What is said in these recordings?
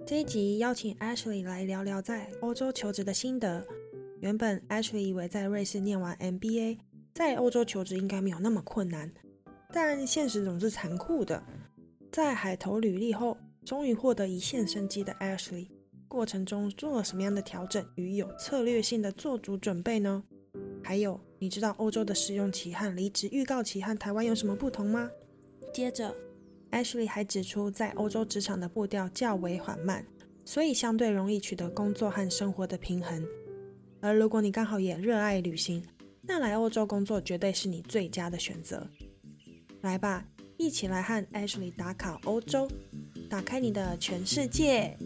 这一集邀请 Ashley 来聊聊在欧洲求职的心得。原本 Ashley 以为在瑞士念完 MBA， 在欧洲求职应该没有那么困难，但现实总是残酷的。在海投履历后，终于获得一线生机的 Ashley， 过程中做了什么样的调整与有策略性的做足准备呢？还有，你知道欧洲的试用期和离职预告期和台湾有什么不同吗？接着Ashley 还指出，在欧洲职场的步调较为缓慢，所以相对容易取得工作和生活的平衡。而如果你刚好也热爱旅行，那来欧洲工作绝对是你最佳的选择。来吧，一起来和 Ashley 打卡欧洲，打开你的全世界。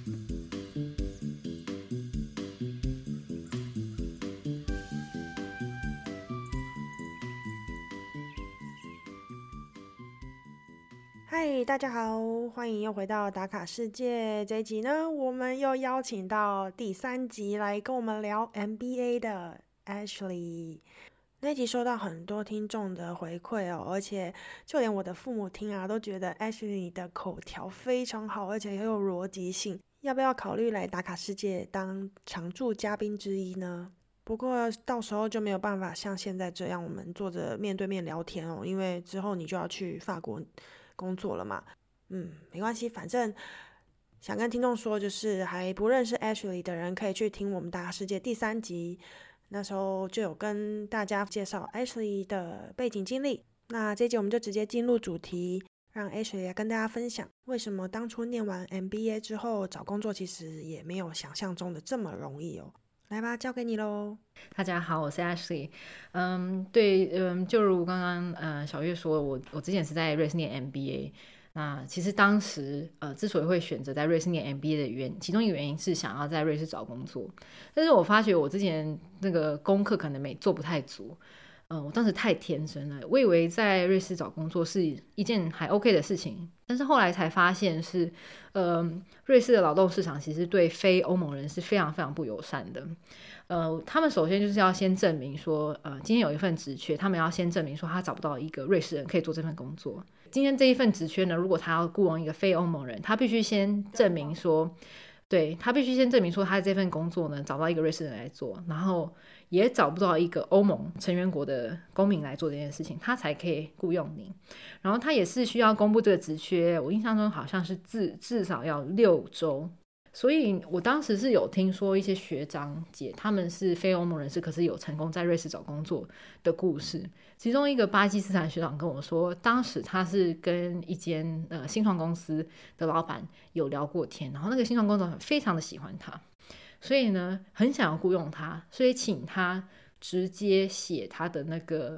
嗨，大家好，欢迎又回到打卡世界。这一集呢，我们又邀请到第3集来跟我们聊 MBA 的 Ashley。那集收到很多听众的回馈哦，而且就连我的父母听啊，都觉得 Ashley 的口条非常好，而且很有逻辑性。要不要考虑来打卡世界当常驻嘉宾之一呢？不过到时候就没有办法像现在这样，我们坐着面对面聊天哦，因为之后你就要去法国工作了嘛。没关系，反正想跟听众说，就是还不认识 Ashley 的人可以去听我们打卡世界第3集，那时候就有跟大家介绍 Ashley 的背景经历。那这集我们就直接进入主题，让 Ashley 来跟大家分享为什么当初念完 MBA 之后找工作其实也没有想象中的这么容易哦。来吧，交给你咯。 大家好，我是 Ashley。对，就如刚刚小月说，我之前是在瑞士念 MBA。那其实当时之所以会选择在瑞士念 MBA 的其中一个原因是想要在瑞士找工作，但是我发觉我之前那个功课可能做不太足。我当时太天真了，我以为在瑞士找工作是一件还 OK 的事情，但是后来才发现是，瑞士的劳动市场其实对非欧盟人是非常非常不友善的。他们首先就是要先证明说，今天有一份职缺，他们要先证明说他找不到一个瑞士人可以做这份工作。今天这一份职缺呢，如果他要雇佣一个非欧盟人，他必须先证明说，他这份工作呢找不到一个瑞士人来做，然后也找不到一个欧盟成员国的公民来做这件事情，他才可以雇佣你。然后他也是需要公布这个职缺，我印象中好像是至少要6周。所以我当时是有听说一些学长姐他们是非欧盟人士，可是有成功在瑞士找工作的故事。其中一个巴基斯坦学长跟我说，当时他是跟一间新创公司的老板有聊过天，然后那个新创公司非常的喜欢他，所以呢很想要雇佣他，所以请他直接写他的那个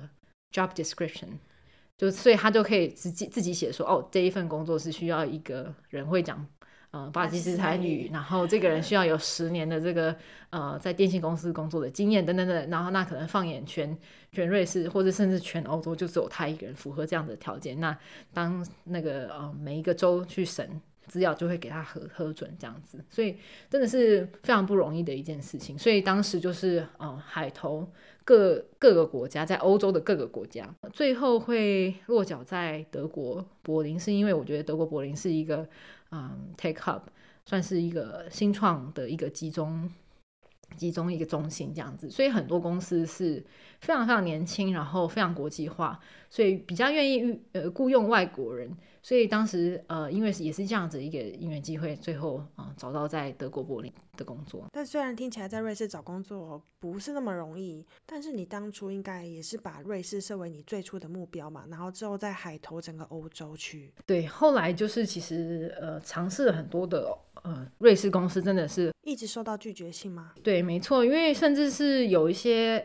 job description，所以他就可以自己写说，这一份工作是需要一个人会讲巴基斯坦语，然后这个人需要有10年的这个在电信公司工作的经验等等等，然后那可能放眼全瑞士或者甚至全欧洲，就只有他一个人符合这样的条件。那当那个每一个州去审资料，就会给他核准这样子，所以真的是非常不容易的一件事情。所以当时就是海投各个国家，在欧洲的各个国家，最后会落脚在德国柏林，是因为我觉得德国柏林是一个tech hub， 算是一个新创的一个集中一个中心这样子，所以很多公司是非常非常年轻，然后非常国际化，所以比较愿意雇用外国人。所以当时因为也是这样子一个因缘机会，最后找到在德国柏林的工作。 但虽然听起来在瑞士找工作不是那么容易，但是你当初应该也是把瑞士设为你最初的目标嘛，然后之后再海投整个欧洲区。 对，后来就是其实尝试了很多的瑞士公司，真的是一直受到拒绝信吗？ 对，没错，因为甚至是有一些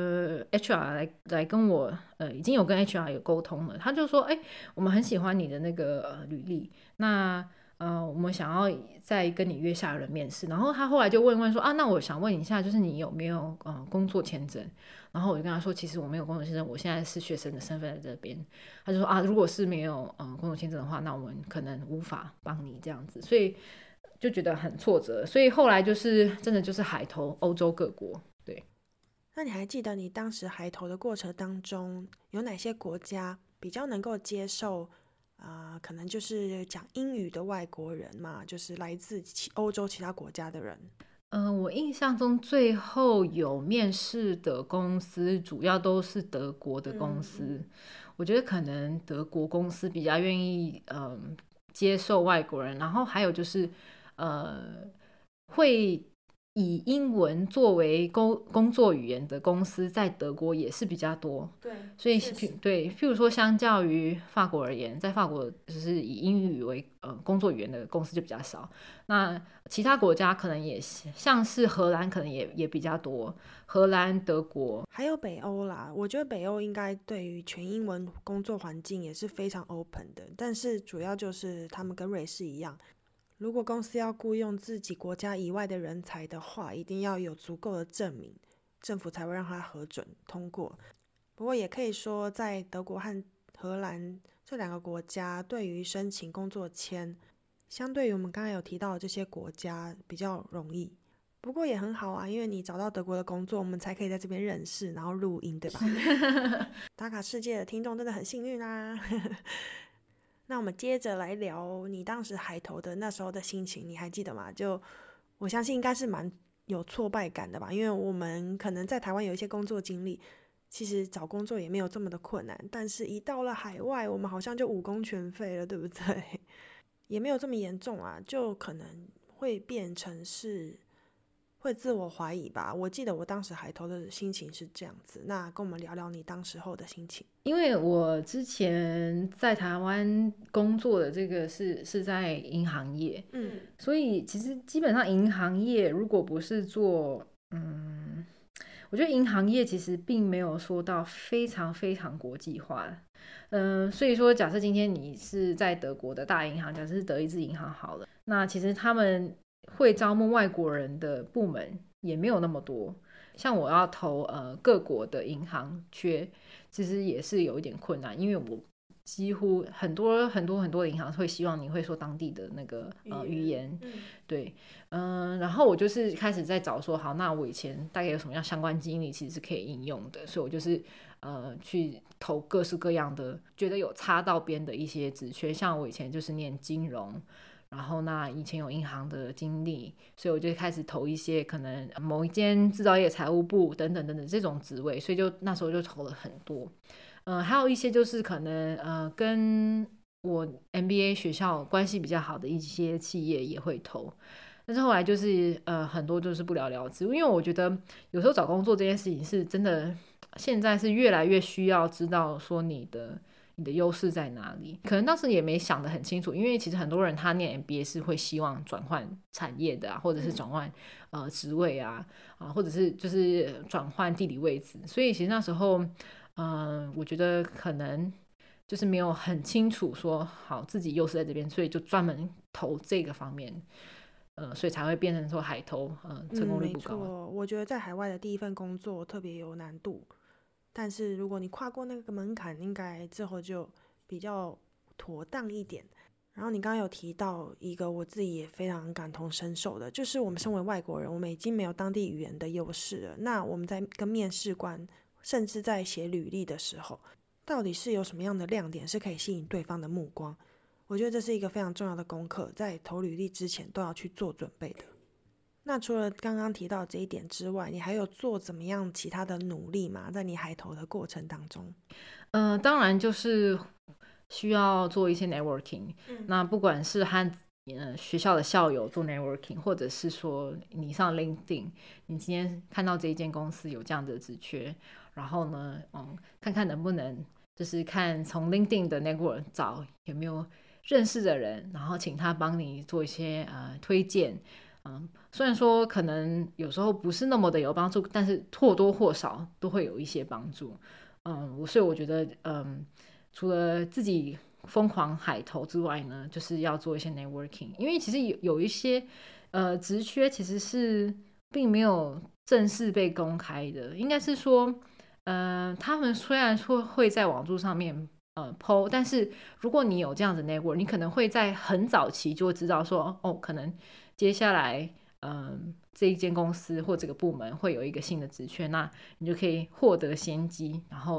HR 来跟我已经有跟 HR 有沟通了，他就说我们很喜欢你的那个履历，那我们想要再跟你约下人面试。然后他后来就问说那我想问一下，就是你有没有工作签证？然后我就跟他说，其实我没有工作签证，我现在是学生的身份在这边。他就说如果是没有工作签证的话，那我们可能无法帮你这样子，所以就觉得很挫折，所以后来就是真的就是海投欧洲各国。对， 那你还记得你当时海投的过程当中，有哪些国家比较能够接受可能就是讲英语的外国人嘛，就是来自欧洲其他国家的人。 我印象中最后有面试的公司主要都是德国的公司，我觉得可能德国公司比较愿意接受外国人，然后还有就是会以英文作为工作语言的公司在德国也是比较多。 对， 所以对，譬如说相较于法国而言，在法国就是以英语为工作语言的公司就比较少。那其他国家可能也像是荷兰可能也比较多，荷兰、德国还有北欧啦。我觉得北欧应该对于全英文工作环境也是非常 open 的，但是主要就是他们跟瑞士一样，如果公司要雇佣自己国家以外的人才的话，一定要有足够的证明，政府才会让他核准通过。不过也可以说，在德国和荷兰这2个国家，对于申请工作签，相对于我们刚才有提到的这些国家比较容易。不过也很好啊，因为你找到德国的工作，我们才可以在这边认识，然后录音，对吧？打卡世界的听众真的很幸运啊。那我们接着来聊你当时海投的那时候的心情，你还记得吗？就我相信应该是蛮有挫败感的吧，因为我们可能在台湾有一些工作经历，其实找工作也没有这么的困难，但是一到了海外，我们好像就武功全废了，对不对？也没有这么严重啊，就可能会变成是会自我怀疑吧。我记得我当时海投的心情是这样子，那跟我们聊聊你当时候的心情。 因为我之前在台湾工作的这个是在银行业，所以其实基本上银行业如果不是做我觉得银行业其实并没有说到非常非常国际化，所以说假设今天你是在德国的大银行，假设是德意志银行好了，那其实他们会招募外国人的部门也没有那么多，像我要投各国的银行缺，其实也是有一点困难，因为我几乎很多的银行会希望你会说当地的那个语言，对，然后我就是开始在找说，好，那我以前大概有什么样相关经历，其实是可以应用的，所以我就是去投各式各样的觉得有插到边的一些职缺，像我以前就是念金融。然后那以前有银行的经历，所以我就开始投一些可能某一间制造业财务部等等等等这种职位，所以就那时候就投了很多。还有一些就是可能跟我 MBA 学校关系比较好的一些企业也会投，但是后来就是很多就是不了了之，因为我觉得有时候找工作这件事情是真的，现在是越来越需要知道说你的优势在哪里。可能当时也没想得很清楚，因为其实很多人他念 MBA 是会希望转换产业的啊，或者是转换职位啊，或者是就是转换地理位置，所以其实那时候我觉得可能就是没有很清楚说好自己优势在这边，所以就专门投这个方面，所以才会变成说海投成功率不高。 没错，我觉得在海外的第一份工作特别有难度，但是如果你跨过那个门槛，应该之后就比较妥当一点。然后你刚刚有提到一个我自己也非常感同身受的，就是我们身为外国人，我们已经没有当地语言的优势了。那我们在跟面试官，甚至在写履历的时候，到底是有什么样的亮点是可以吸引对方的目光？我觉得这是一个非常重要的功课，在投履历之前都要去做准备的。那除了刚刚提到这一点之外，你还有做怎么样其他的努力吗？在你海投的过程当中？ 当然就是需要做一些 networking，那不管是和学校的校友做 networking， 或者是说你上 LinkedIn， 你今天看到这一间公司有这样的职缺，然后呢，看看能不能就是看从 LinkedIn 的 network 找有没有认识的人，然后请他帮你做一些推荐。虽然说可能有时候不是那么的有帮助，但是或多或少都会有一些帮助。所以我觉得，除了自己疯狂海投之外呢，就是要做一些 networking， 因为其实有一些职缺其实是并没有正式被公开的，应该是说，他们虽然说会在网络上面po， 但是如果你有这样的 network， 你可能会在很早期就会知道说，可能接下来这一间公司或这个部门会有一个新的职缺，那你就可以获得先机，然后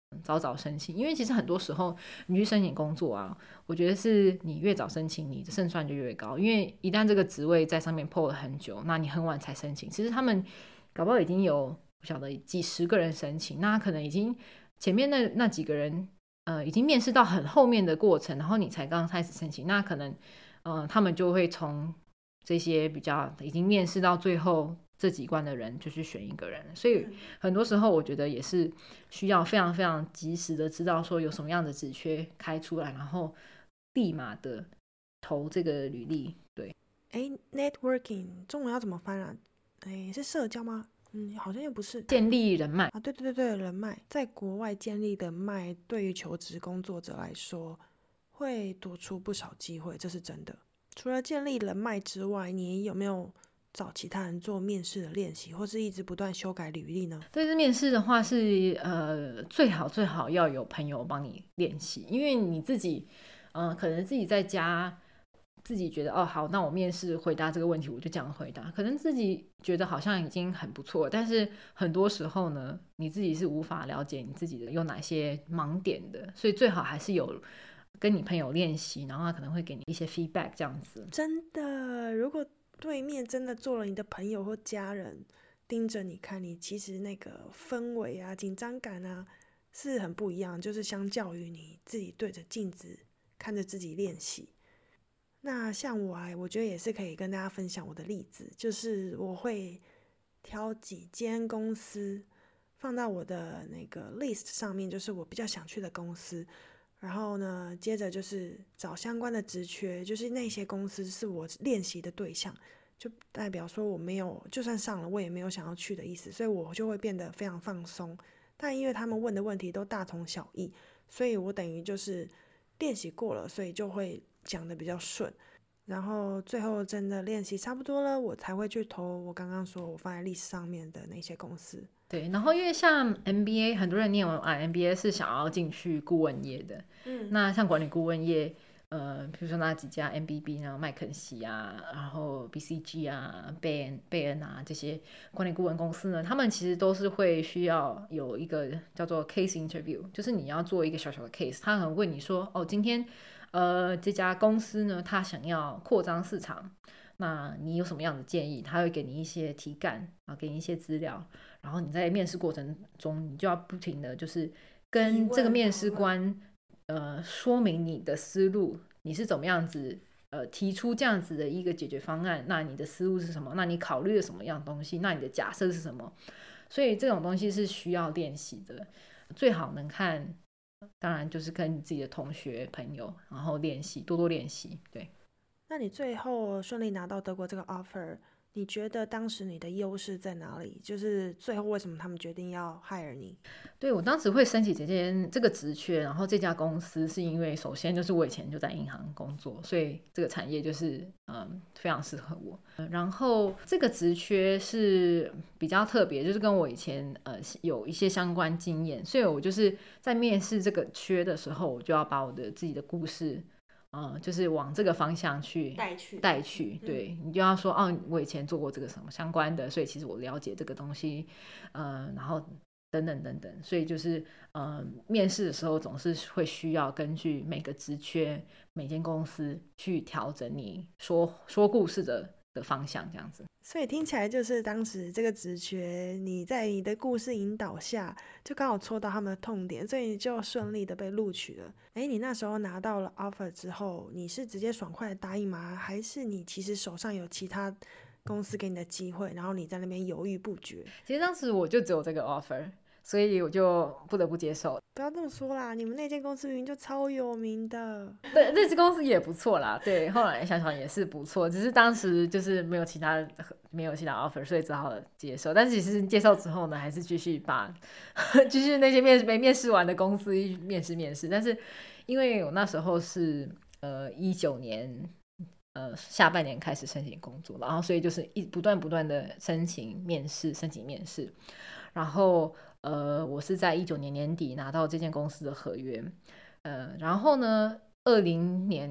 早早申请，因为其实很多时候你去申请工作啊，我觉得是你越早申请，你的胜算就越高，因为一旦这个职位在上面 PO 了很久，那你很晚才申请，其实他们搞不好已经有不晓得几十个人申请，那可能已经前面那几个人已经面试到很后面的过程，然后你才刚开始申请，那可能他们就会从这些比较已经面试到最后这几关的人就去选一个人，所以很多时候我觉得也是需要非常非常及时的知道说有什么样的职缺开出来，然后立马的投这个履历。对 ，networking 中文要怎么翻啊？是社交吗？好像又不是。 建立人脉啊，对，人脉，在国外建立人脉，对于求职工作者来说，会多出不少机会，这是真的。除了建立人脉之外，你有没有找其他人做面试的练习，或是一直不断修改履历呢？ 对，这面试的话是最好要有朋友帮你练习，因为你自己可能自己在家自己觉得好，那我面试回答这个问题我就这样回答，可能自己觉得好像已经很不错，但是很多时候呢你自己是无法了解你自己的有哪些盲点的，所以最好还是有跟你朋友练习，然后他可能会给你一些 feedback 这样子。 真的，如果对面真的做了你的朋友或家人盯着你看，你其实那个氛围啊紧张感啊是很不一样，就是相较于你自己对着镜子看着自己练习。那像我觉得也是可以跟大家分享我的例子，就是我会挑几间公司放到我的那个 list 上面，就是我比较想去的公司，然后呢接着就是找相关的职缺，就是那些公司是我练习的对象，就代表说我没有就算上了我也没有想要去的意思，所以我就会变得非常放松。但因为他们问的问题都大同小异，所以我等于就是练习过了，所以就会讲的比较顺，然后最后真的练习差不多了，我才会去投我刚刚说我放在历史上面的那些公司。 对，然后因为像 MBA 很多人念完MBA 是想要进去顾问业的，那像管理顾问业比如说那几家 MBB 呢，麦肯锡啊，然后 BCG 啊，贝恩啊，这些管理顾问公司呢，他们其实都是会需要有一个叫做 case interview， 就是你要做一个小小的 case， 他可能问你说今天这家公司呢，他想要扩张市场，那你有什么样的建议？他会给你一些题干啊，给你一些资料，然后你在面试过程中，你就要不停的就是跟这个面试官说明你的思路，你是怎么样子提出这样子的一个解决方案，那你的思路是什么？那你考虑了什么样的东西？那你的假设是什么？所以这种东西是需要练习的，最好能看，当然就是跟你自己的同学朋友，然后练习，多多练习。对， 那你最后顺利拿到德国这个 offer， 你觉得当时你的优势在哪里？就是最后为什么他们决定要 hire 你？ 对，我当时会申请这个职缺，然后这家公司是因为首先就是我以前就在银行工作，所以这个产业就是非常适合我。然后这个职缺是比较特别，就是跟我以前有一些相关经验，所以我就是在面试这个缺的时候，我就要把我的自己的故事就是往这个方向去带去，对，你就要说我以前做过这个什么相关的，所以其实我了解这个东西，然后等等，所以就是面试的时候总是会需要根据每个职缺、每间公司去调整你说故事的方向，这样子。 所以听起来就是当时这个职缺，你在你的故事引导下，就刚好戳到他们的痛点，所以你就顺利的被录取了。你那时候拿到了 offer 之后，你是直接爽快的答应吗？还是你其实手上有其他公司给你的机会，然后你在那边犹豫不决？ 其实当时我就只有这个 offer，所以我就不得不接受。 不要这么说啦，你们那间公司明明就超有名的。 对，那间公司也不错啦，对，后来想想也是不错，只是当时就是没有其他 offer， 所以只好接受。但是其实接受之后呢，还是继续那些没面试完的公司面试。但是因为我那时候是19年下半年开始申请工作，然后所以就是不断的申请面试，然后我是在19年年底拿到这间公司的合约，然后呢20年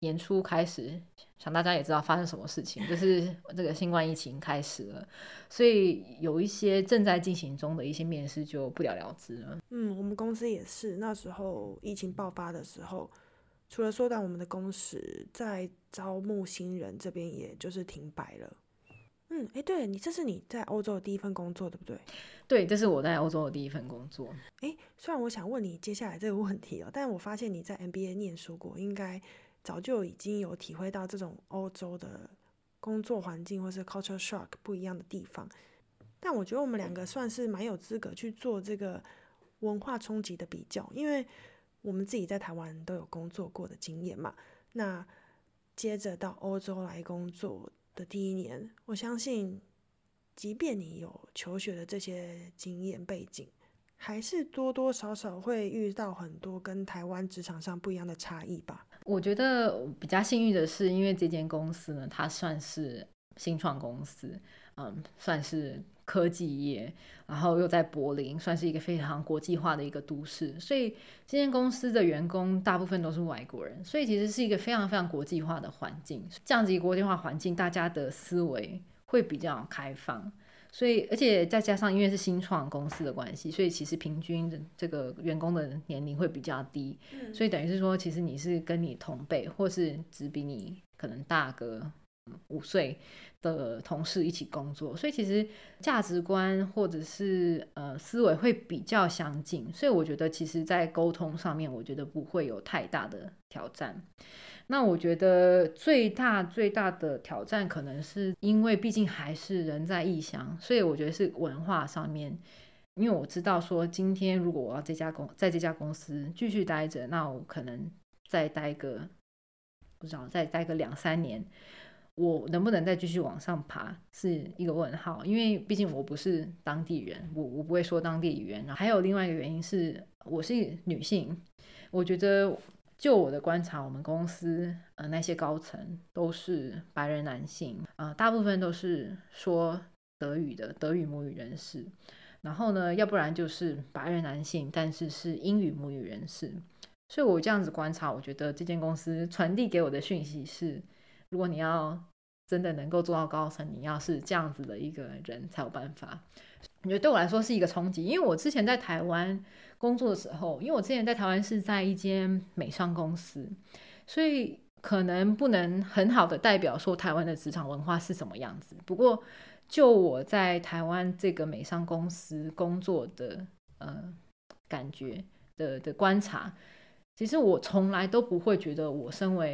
年初开始，想大家也知道发生什么事情，就是这个新冠疫情开始了，所以有一些正在进行中的一些面试就不了了之了。 我们公司也是，那时候疫情爆发的时候，除了缩短我们的工时，在招募新人这边也就是停摆了。对，这是你在欧洲的第一份工作，对不对？ 对，这是我在欧洲的第一份工作。 虽然我想问你接下来这个问题但我发现你在 MBA 念书过，应该早就已经有体会到这种欧洲的工作环境或是 culture shock 不一样的地方。但我觉得我们两个算是蛮有资格去做这个文化冲击的比较，因为我们自己在台湾都有工作过的经验嘛。那接着到欧洲来工作的第一年，我相信即便你有求学的这些经验背景，还是多多少少会遇到很多跟台湾职场上不一样的差异吧。 我觉得比较幸运的是，因为这间公司呢，它算是新创公司，算是科技业，然后又在柏林，算是一个非常国际化的一个都市，所以这间公司的员工大部分都是外国人，所以其实是一个非常非常国际化的环境。这样子一个国际化环境，大家的思维会比较开放。所以，而且再加上因为是新创公司的关系，所以其实平均的这个员工的年龄会比较低，所以等于是说，其实你是跟你同辈，或是只比你可能大个5岁的同事一起工作，所以其实价值观或者是思维会比较相近，所以我觉得其实在沟通上面，我觉得不会有太大的挑战。那我觉得最大的挑战可能是因为毕竟还是人在异乡，所以我觉得是文化上面，因为我知道说今天如果我要在这家公司继续待着，那我可能再待个不知道再待个2-3年，我能不能再继续往上爬是一个问号，因为毕竟我不是当地人，我不会说当地语言，然后还有另外一个原因是我是女性，我觉得就我的观察，我们公司那些高层都是白人男性，大部分都是说德语的德语母语人士，然后呢，要不然就是白人男性，但是是英语母语人士。所以我这样子观察，我觉得这间公司传递给我的讯息是，如果你要真的能够做到高层，你要是这样子的一个人才有办法。我觉得对我来说是一个冲击，因为我之前在台湾工作的时候，因为我之前在台湾是在一间美商公司，所以可能不能很好的代表说台湾的职场文化是什么样子。不过就我在台湾这个美商公司工作的感觉的观察，其实我从来都不会觉得我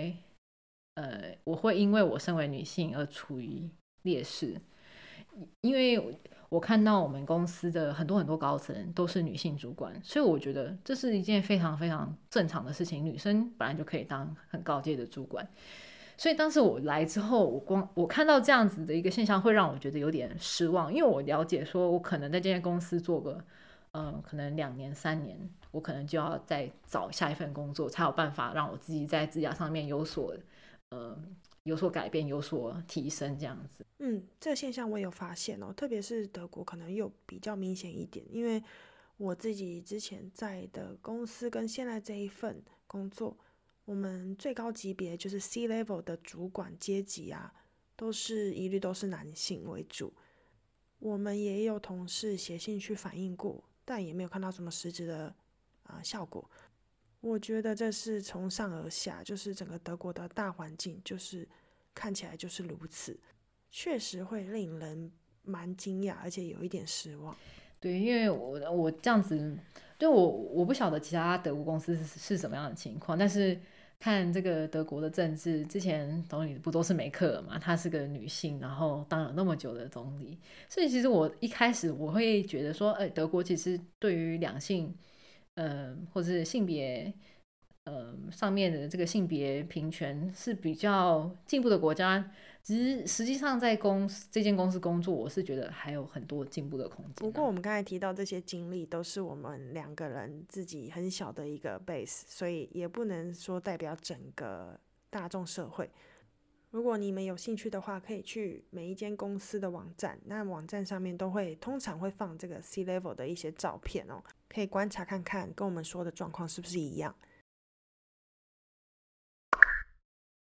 会因为我身为女性而处于劣势，因为我看到我们公司的很多高层都是女性主管，所以我觉得这是一件非常非常正常的事情，女生本来就可以当很高阶的主管。所以当时我来之后，我看到这样子的一个现象，会让我觉得有点失望，因为我了解说我可能在这间公司做个可能2年3年，我可能就要再找下一份工作，才有办法让我自己在职涯上面有所改变，有所提升这样子。 这个现象我也有发现特别是德国可能又比较明显一点，因为我自己之前在的公司跟现在这一份工作，我们最高级别就是 C level 的主管阶级啊，一律都是男性为主。我们也有同事写信去反映过，但也没有看到什么实质的效果。我觉得这是从上而下，就是整个德国的大环境就是看起来就是如此，确实会令人蛮惊讶，而且有一点失望。 对，因为我这样子，对我不晓得其他德国公司是什么样的情况，但是看这个德国的政治，之前总理不都是梅克尔嘛，她是个女性，然后当了那么久的总理，所以其实我一开始我会觉得说，德国其实对于两性，或者是性别，上面的这个性别平权是比较进步的国家。只是实际上在这间公司工作，我是觉得还有很多进步的空间。 不过我们刚才提到这些经历都是我们2个人自己很小的一个 base， 所以也不能说代表整个大众社会。如果你们有兴趣的话，可以去每一间公司的网站，那网站上面通常会放这个 C level 的一些照片可以观察看看跟我们说的状况是不是一样。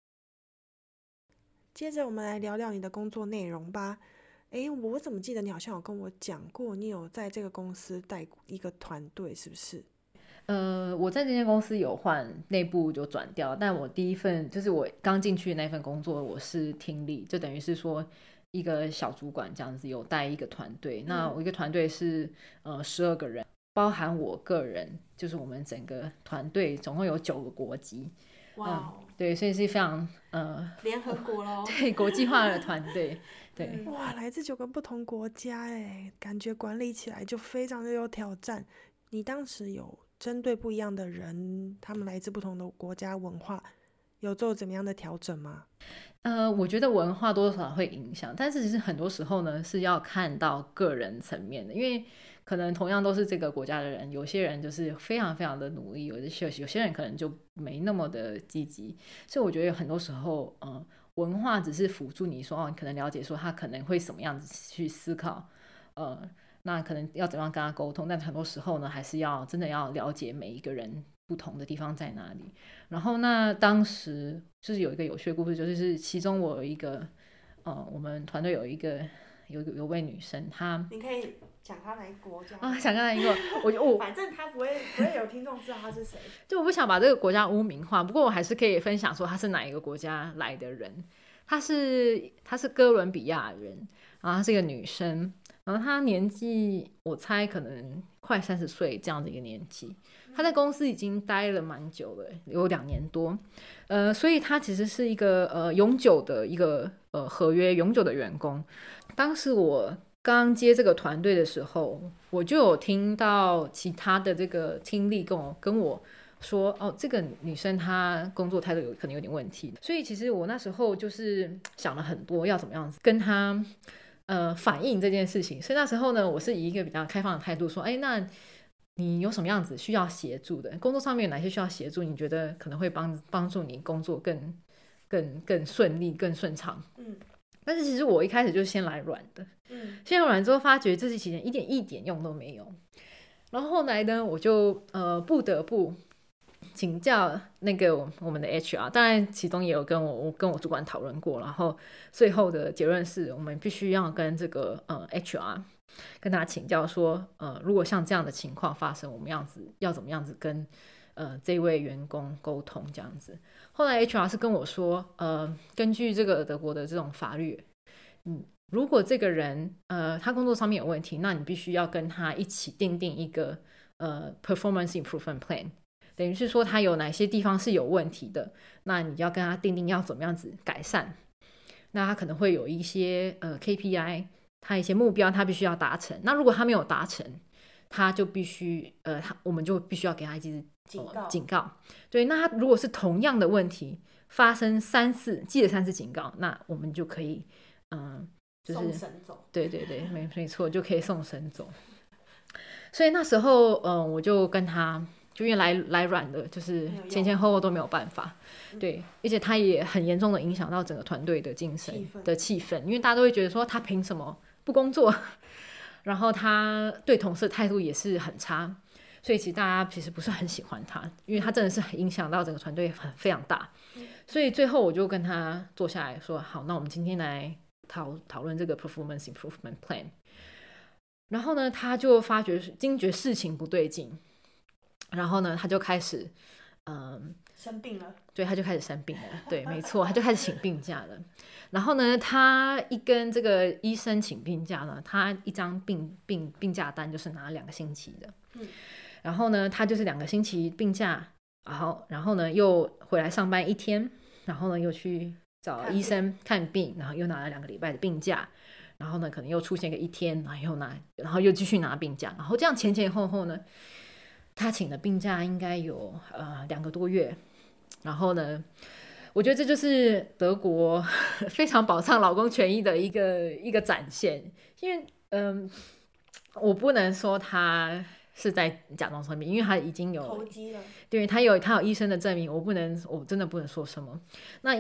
接着我们来聊聊你的工作内容吧。我怎么记得你好像有跟我讲过，你有在这个公司带一个团队，是不是？ 我在这间公司有换内部就转调，但我第一份就是我刚进去的那份工作，我是听力，就等于是说一个小主管这样子，有带一个团队。那我一个团队是12个人，包含我个人，就是我们整个团队总共有9个国籍。 哇、 对，所以是非常联合国咯。 对国际化的团队。对， 哇，来自9个不同国家，感觉管理起来就非常的有挑战。你当时有针对不一样的人，他们来自不同的国家文化，有做怎么样的调整吗？ 我觉得文化多多少少会影响，但是其实很多时候呢是要看到个人层面的，因为可能同样都是这个国家的人，有些人就是非常非常的努力，有些人可能就没那么的积极，所以我觉得很多时候，文化只是辅助你说，你可能了解说他可能会什么样子去思考，那可能要怎么样跟他沟通，但很多时候呢，还是要真的要了解每一个人不同的地方在哪里。然后那当时就是有一个有趣的故事，就是其中我有一个，我们团队有位女生，她你可以讲她哪一个国家想跟她一个， 反正她不会有听众知道她是谁。 就我不想把这个国家污名化，不过我还是可以分享说她是哪一个国家来的人。她是哥伦比亚人，然后她是一个女生。然后她年纪我猜可能快30岁这样的一个年纪，她在公司已经待了蛮久了，有2年多，所以她其实是一个永久的一个合约永久的员工。当时我刚接这个团队的时候，我就有听到其他的这个听力跟我说，这个女生她工作态度可能有点问题，所以其实我那时候就是想了很多要怎么样子跟她反映这件事情。所以那时候呢，我是以一个比较开放的态度说，那你有什么样子需要协助的？工作上面有哪些需要协助？你觉得可能会帮助你工作更顺利、更顺畅？但是其实我一开始就先来软的，先来软之后发觉这期间一点用都没有。然后后来呢，我就不得不请教那个我们的 HR， 当然其中也有跟我主管讨论过，然后最后的结论是我们必须要跟这个HR 跟他请教说，如果像这样的情况发生，我们要怎么样子跟这位员工沟通这样子。后来 HR 是跟我说，根据这个德国的这种法律，如果这个人他工作上面有问题，那你必须要跟他一起订定一个performance improvement plan， 等于是说他有哪些地方是有问题的，那你要跟他订定要怎么样子改善。那他可能会有一些KPI， 他一些目标他必须要达成，那如果他没有达成，他就必须我们就必须要给他一记警告。对，那他如果是同样的问题发生3次，记得3次警告，那我们就可以就是送神走。 对，没错，就可以送神走。所以那时候我就跟他就因为来软的，就是前后都没有办法。对，而且他也很严重的影响到整个团队的精神的气氛，因为大家都会觉得说他凭什么不工作，然后他对同事的态度也是很差，所以其实大家其实不是很喜欢他，因为他真的是影响到整个团队非常大。所以最后我就跟他坐下来说，好，那我们今天来讨论这个 performance improvement plan。然后呢，他就惊觉事情不对劲，然后呢，他就开始生病了。 对，他就开始生病了。对，没错，他就开始请病假了。然后呢，他一跟这个医生请病假呢，他一张病假单就是拿2个星期的。然后呢，他就是2个星期病假，然后呢又回来上班1天，然后呢又去找医生看病，然后又拿了2个礼拜的病假，然后呢可能又出现个1天，然后又继续拿病假，然后这样前后呢，他请的病假应该有2个多月。然后呢，我觉得这就是德国非常保障劳工权益的一个展现。因为我不能说他是在假装生病，因为他已经有投机了， 对，他有医生的证明，我真的不能说什么。那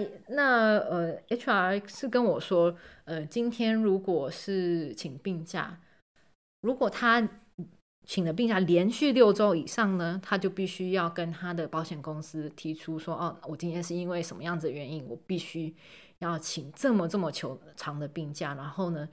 HR 是跟我说，今天如果是请病假，如果他请的病假连续6周以上呢，他就必须要跟他的保险公司提出说，我今天是因为什么样子的原因，我必须要请这么长的病假，然后呢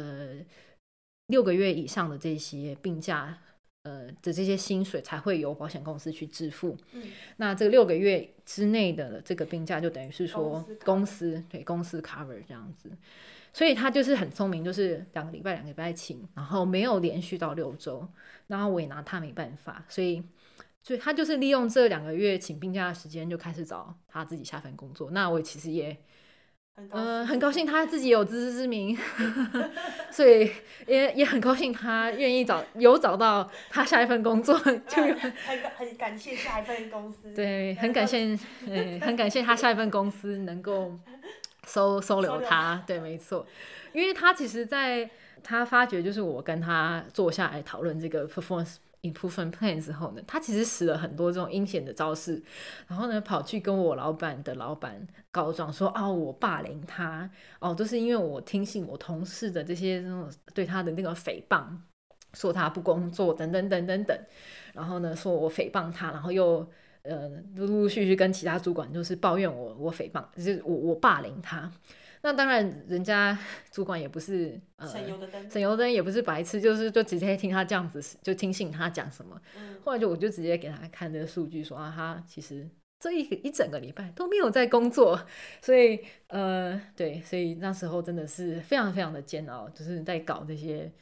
6个月以上的这些病假的这些薪水才会由保险公司去支付。那这个6个月之内的这个病假就等于是说公司 cover 这样子。所以他就是很聪明，就是2个礼拜请，然后没有连续到6周，然后我也拿他没办法，所以他就是利用这2个月请病假的时间就开始找他自己下份工作。那我其实也很高兴他自己有自知之明所以也很高兴他愿意找到他下一份工作就很感谢下一份公司。 对，很感谢他下一份公司能够收留他。对，没错，因为他其实他发觉就是我跟他坐下来讨论这个 performance improvement plan 之后呢，他其实使了很多这种阴险的招式，然后呢跑去跟我老板的老板告状说我霸凌他都是因为我听信我同事的这些对他的那个诽谤，说他不工作等等等等等，然后呢说我诽谤他，然后又陆陆续续跟其他主管就是抱怨我诽谤，就是我霸凌他。那当然人家主管也不是省油灯也不是白痴，就直接听他这样子，就听信他讲什么。后来我就直接给他看这个数据说他其实这一整个礼拜都没有在工作。所以对，所以那时候真的是非常非常的煎熬，就是在搞这些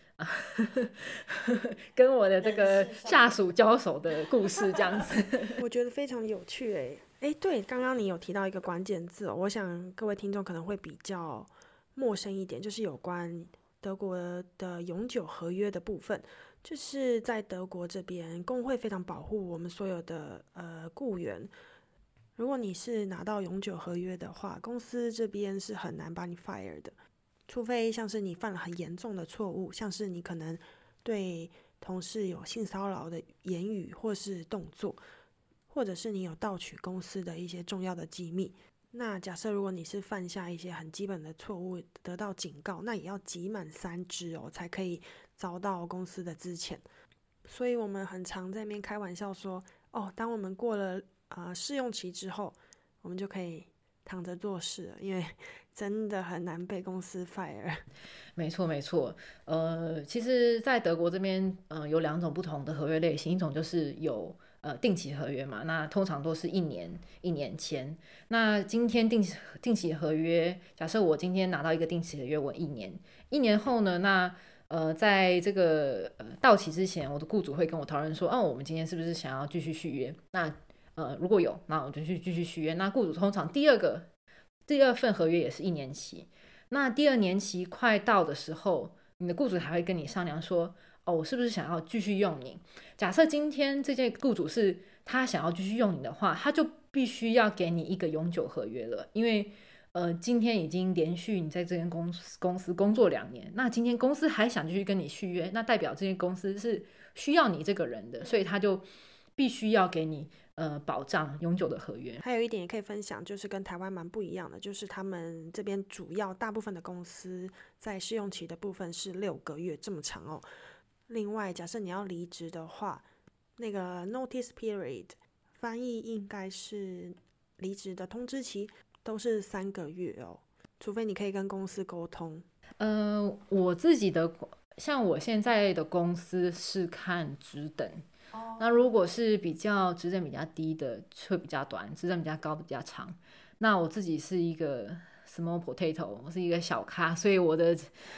跟我的这个下属交手的故事这样子我觉得非常有趣对，刚刚你有提到一个关键字我想各位听众可能会比较陌生一点，就是有关德国的永久合约的部分。就是在德国这边，工会非常保护我们所有的雇员。如果你是拿到永久合约的话，公司这边是很难把你 fire 的，除非像是你犯了很严重的错误，像是你可能对同事有性骚扰的言语或是动作，或者是你有盗取公司的一些重要的机密。那假设如果你是犯下一些很基本的错误得到警告，那也要集满3支才可以遭到公司的资遣。所以我们很常在那边开玩笑说当我们过了试用期之后，我们就可以躺着做事了，因为真的很难被公司 fire。 没错没错，其实在德国这边有2种不同的合约类型，一种就是有定期合约嘛，那通常都是一年签。那今天定期合约，假设我今天拿到一个定期合约，我一年后呢，那在这个到期之前，我的雇主会跟我讨论说我们今天是不是想要继续续约。那如果有，那我就去继续续约。那雇主通常第二份合约也是1年期，那第2年期快到的时候，你的雇主还会跟你商量说我是不是想要继续用你。假设今天这件雇主是他想要继续用你的话，他就必须要给你一个永久合约了，因为今天已经连续你在这间公司工作2年，那今天公司还想继续跟你续约，那代表这间公司是需要你这个人的，所以他就必须要给你保障永久的合约。 还有一点也可以分享，就是跟台湾蛮不一样的，就是他们这边大部分的公司在试用期的部分是6个月这么长另外假设你要离职的话，那个 notice period 翻译应该是离职的通知期，都是3个月除非你可以跟公司沟通。 我自己的像我现在的公司是看职等，那如果是比较职等比较低的会比较短，职等比较高的比较长。那我自己是一个 small potato， 我是一个小咖，所以我的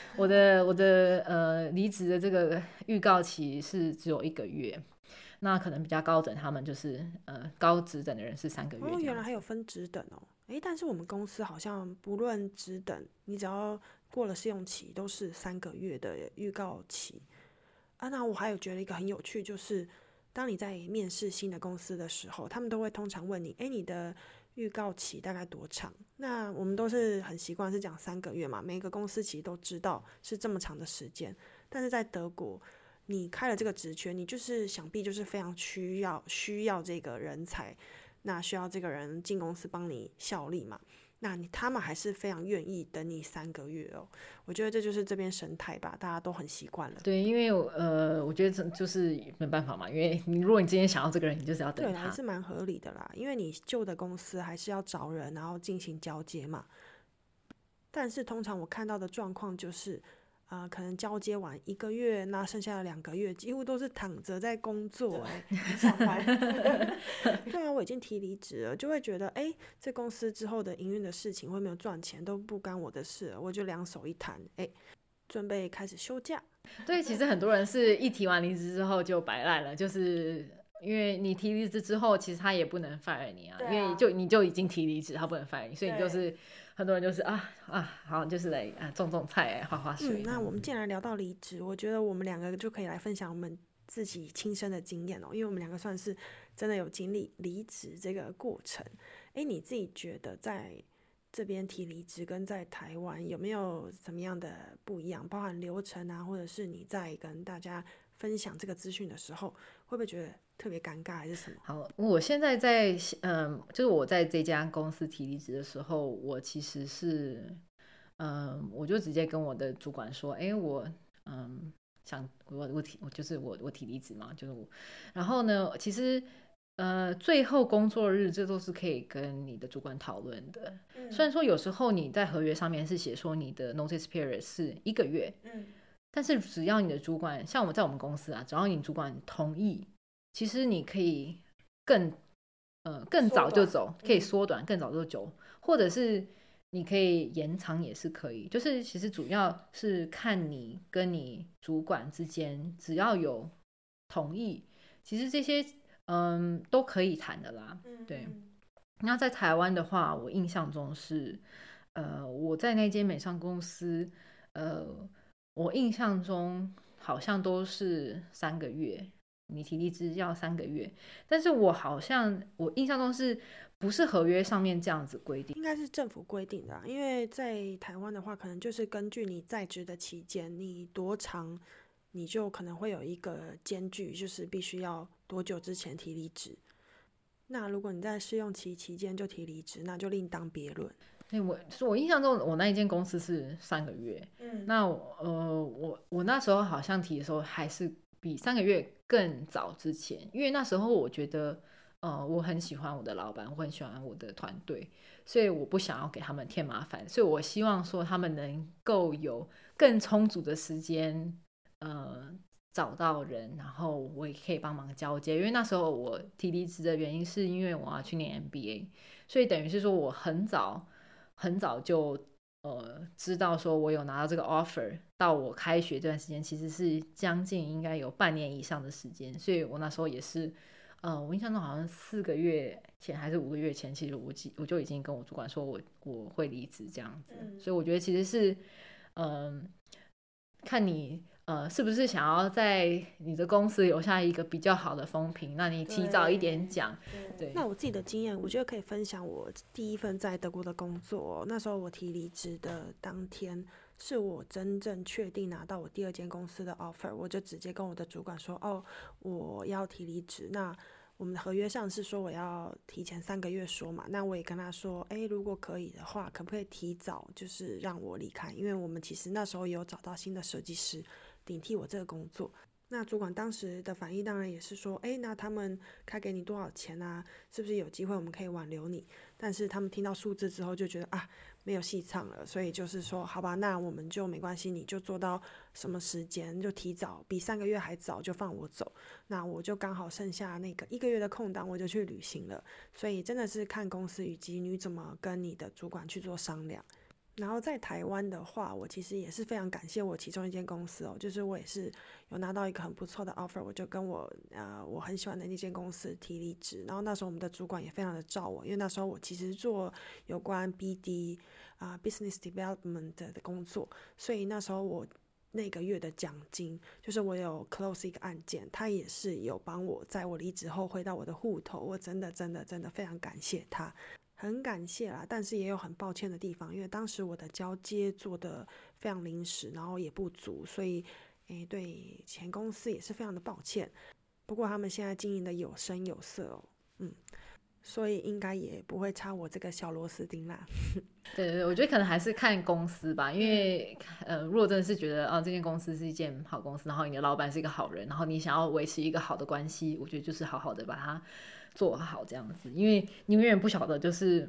离职的这个预告期是只有1个月。那可能比较高等，他们就是高职等的人是3个月。 原来还有分职等但是我们公司好像不论职等，你只要过了试用期都是3个月的预告期那我还有觉得一个很有趣，就是当你在面试新的公司的时候，他们都会通常问你你的预告期大概多长。那我们都是很习惯是讲3个月嘛，每个公司其实都知道是这么长的时间。但是在德国，你开了这个职缺，你就是想必就是非常需要这个人才，那需要这个人进公司帮你效力嘛，那他们还是非常愿意等你3个月我觉得这就是这边生态吧，大家都很习惯了。 对，因为我觉得就是没办法嘛，因为如果你今天想要这个人，你就是要等他。 对，还是蛮合理的啦，因为你旧的公司还是要找人然后进行交接嘛。 但是通常我看到的状况就是可能交接完1个月，那剩下的2个月几乎都是躺着在工作上班对啊，我已经提离职了，就会觉得这公司之后的营运的事情会没有赚钱都不干我的事了，我就两手一摊准备开始休假。 对，其实很多人是一提完离职之后就摆烂了，就是因为你提离职之后，其实他也不能 fire 你啊，因为你就已经提离职，他不能 fire 你，所以你就是很多人就是好，就是来种菜花花水。 那我们既然聊到离职，我觉得我们2个就可以来分享我们自己亲身的经验因为我们2个算是真的有经历离职这个过程。你自己觉得在这边提离职跟在台湾有没有什么样的不一样，包含流程啊，或者是你在跟大家分享这个资讯的时候会不会觉得特别尴尬还是什么？ 好，我现在在就是我在这家公司提离职的时候，我其实是我就直接跟我的主管说我想我提离职嘛，就是我，然后呢其实最后工作日这都是可以跟你的主管讨论的。虽然说有时候你在合约上面是写说你的 notice period 是1个月，但是只要你的主管，像我在我们公司只要你主管同意，其实你可以更早就走，可以缩短更早就走，或者是你可以延长也是可以，就是其实主要是看你跟你主管之间只要有同意，其实这些都可以谈的啦。对，那在台湾的话，我印象中是我在那间美商公司我印象中好像都是3个月，你提离职要3个月，但是我印象中是不是合约上面这样子规定？ 应该是政府规定的因为在台湾的话，可能就是根据你在职的期间，你多长，你就可能会有一个间距，就是必须要多久之前提离职。那如果你在试用期期间就提离职，那就另当别论。 我印象中我那一间公司是3个月，那我那时候好像提的时候还是比3个月更早之前，因为那时候我觉得我很喜欢我的老板，我很喜欢我的团队，所以我不想要给他们添麻烦，所以我希望说他们能够有更充足的时间找到人，然后我也可以帮忙交接。因为那时候我提离职的原因是因为我要去念 MBA， 所以等于是说我很早就知道说我有拿到这个 offer， 到我开学这段时间其实是将近应该有半年以上的时间，所以我那时候也是我印象中好像4个月前还是5个月前，其实我就已经跟我主管说我会离职这样子。所以我觉得其实是看你是不是想要在你的公司留下一个比较好的风评，那你提早一点讲。对， 那我自己的经验，我觉得可以分享我第一份在德国的工作那时候我提离职的当天，是我真正确定拿到我第2间公司的 offer， 我就直接跟我的主管说我要提离职。那我们的合约上是说我要提前3个月说嘛，那我也跟他说如果可以的话，可不可以提早就是让我离开，因为我们其实那时候有找到新的设计师顶替我这个工作。那主管当时的反应当然也是说那他们开给你多少钱啊，是不是有机会我们可以挽留你。但是他们听到数字之后就觉得没有戏唱了，所以就是说好吧，那我们就没关系，你就做到什么时间就提早，比3个月还早就放我走。那我就刚好剩下那个1个月的空档，我就去旅行了。所以真的是看公司以及你怎么跟你的主管去做商量。然后在台湾的话，我其实也是非常感谢我其中一间公司就是我也是有拿到一个很不错的 offer， 我就跟我很喜欢的那间公司提离职。然后那时候我们的主管也非常的照我，因为那时候我其实做有关 BD business development 的工作，所以那时候我那个月的奖金就是我有 close 一个案件，他也是有帮我在我离职后汇到我的户头，我真的非常感谢他，很感谢啦。但是也有很抱歉的地方，因为当时我的交接做的非常临时，然后也不足，所以对前公司也是非常的抱歉。不过他们现在经营的有声有色所以应该也不会差我这个小螺丝钉啦。 对，我觉得可能还是看公司吧，因为如果真的是觉得这间公司是一间好公司，然后你的老板是一个好人，然后你想要维持一个好的关系，我觉得就是好好的把它做好这样子，因为你永远不晓得就是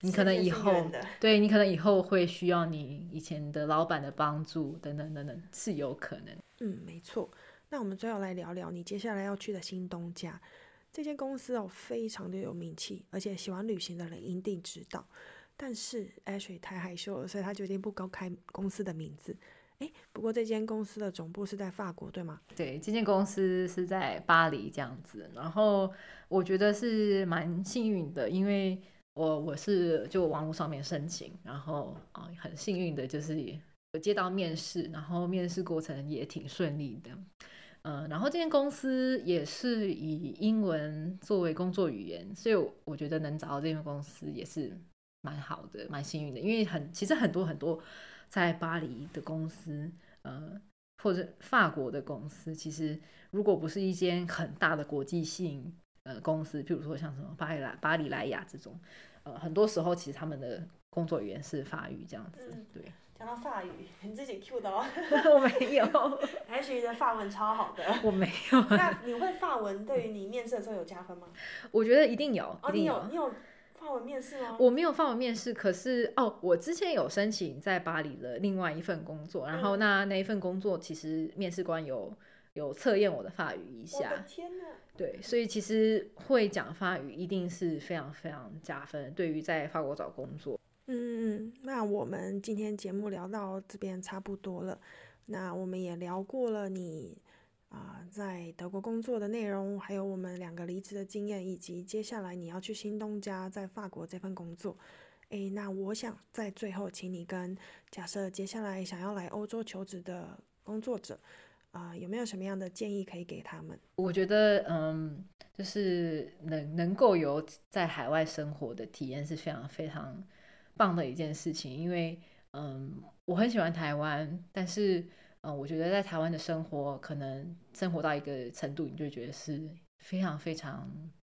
你可能以后世界是圆的对你可能以后会需要你以前的老板的帮助，等等等等，是有可能。 没错。那我们最后来聊聊你接下来要去的新东家。这间公司非常的有名气，而且喜欢旅行的人一定知道。但是 Ashley 太害羞了，所以他决定不公开公司的名字。不过这间公司的总部是在法国，对吗？ 对，这间公司是在巴黎这样子，然后我觉得是蛮幸运的，因为我是就网络上面申请，然后很幸运的就是有接到面试，然后面试过程也挺顺利的。然后这间公司也是以英文作为工作语言，所以我觉得能找到这间公司也是蛮好的，蛮幸运的。因为其实很多很多在巴黎的公司，或者法国的公司，其实如果不是一间很大的国际性公司，譬如说像什么巴黎莱雅这种，很多时候其实他们的工作语言是法语这样子。对， 讲到法语，你自己 Q 的哦。 我没有 Ashley 的法文超好的。 我没有。 那你会法文对于你面试的时候有加分吗？ 我觉得一定有，一定有。 你有法文面试吗？ 我没有法文面试，可是我之前有申请在巴黎的另外一份工作，然后那一份工作其实面试官有测验我的法语一下。 我的天哪！ 对，所以其实会讲法语一定是非常非常加分，对于在法国找工作。 那我们今天节目聊到这边差不多了。那我们也聊过了你在德国工作的内容，还有我们2个离职的经验，以及接下来你要去新东家在法国这份工作。那我想在最后请你跟假设接下来想要来欧洲求职的工作者有没有什么样的建议可以给他们？ 我觉得就是能够有在海外生活的体验是非常非常棒的一件事情。因为我很喜欢台湾，但是我觉得在台湾的生活可能生活到一个程度，你就觉得是非常非常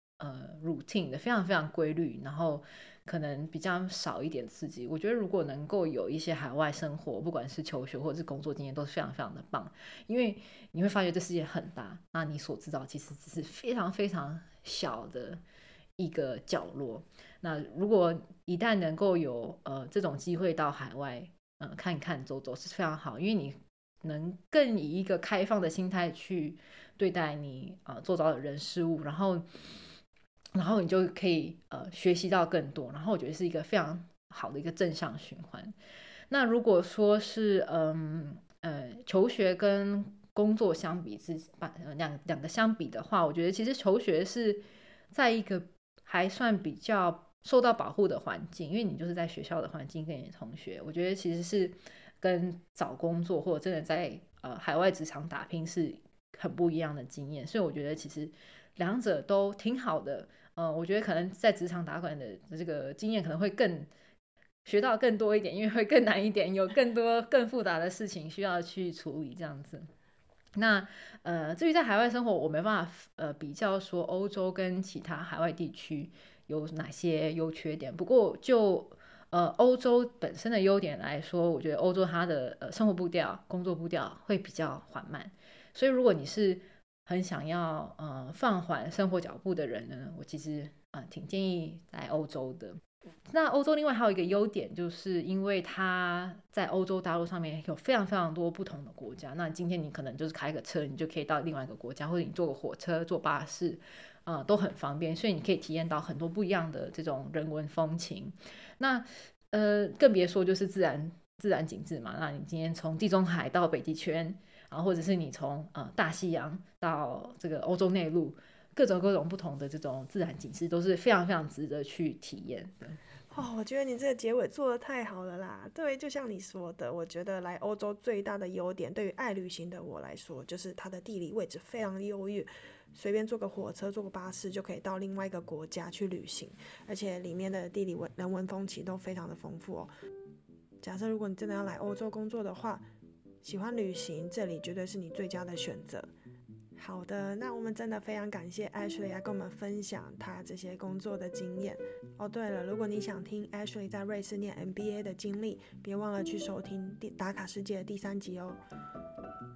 routine 的，非常非常规律，然后可能比较少一点刺激。我觉得如果能够有一些海外生活，不管是求学或者是工作经验，都是非常非常的棒。因为你会发觉这世界很大，那你所知道其实只是非常非常小的一个角落。那如果一旦能够有这种机会到海外看一看走走，是非常好，因为你能更以一个开放的心态去对待你周遭的人事物，然后你就可以学习到更多，然后我觉得是一个非常好的一个正向循环。那如果说是求学跟工作相比两个相比的话，我觉得其实求学是在一个还算比较受到保护的环境，因为你就是在学校的环境跟你的同学，我觉得其实是跟找工作或者真的在海外职场打拼是很不一样的经验。所以我觉得其实两者都挺好的。我觉得可能在职场打滚的这个经验可能会学到更多一点，因为会更难一点，有更多更复杂的事情需要去处理这样子。那至于在海外生活，我没办法比较说欧洲跟其他海外地区有哪些优缺点。不过就欧洲本身的优点来说，我觉得欧洲它的生活步调、工作步调会比较缓慢。所以如果你是很想要放缓生活脚步的人呢，我其实挺建议来欧洲的。那欧洲另外还有一个优点，就是因为它在欧洲大陆上面有非常非常多不同的国家。那今天你可能就是开个车，你就可以到另外一个国家，或者你坐个火车、坐巴士，都很方便，所以你可以体验到很多不一样的这种人文风情。那更别说就是自然景致嘛。那你今天从地中海到北极圈，或者是你从大西洋到这个欧洲内陆，各种不同的这种自然景致都是非常非常值得去体验的。 我觉得你这个结尾做得太好了啦。对，就像你说的，我觉得来欧洲最大的优点，对于爱旅行的我来说，就是它的地理位置非常优越，随便坐个火车、坐个巴士就可以到另外一个国家去旅行，而且里面的地理人文风情都非常的丰富哦。假设如果你真的要来欧洲工作的话，喜欢旅行，这里绝对是你最佳的选择。好的，那我们真的非常感谢 Ashley 来跟我们分享他这些工作的经验。对了，如果你想听 Ashley 在瑞士念 MBA 的经历，别忘了去收听打卡世界的第3集哦。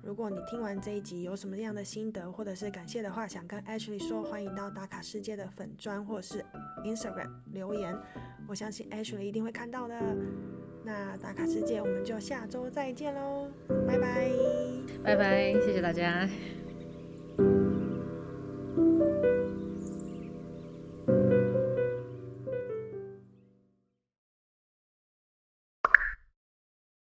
如果你听完这一集有什么样的心得或者是感谢的话，想跟 Ashley 说，欢迎到打卡世界的粉专或是 Instagram 留言，我相信 Ashley 一定会看到的。那打卡世界我们就下周再见咯，拜拜。 拜拜，谢谢大家。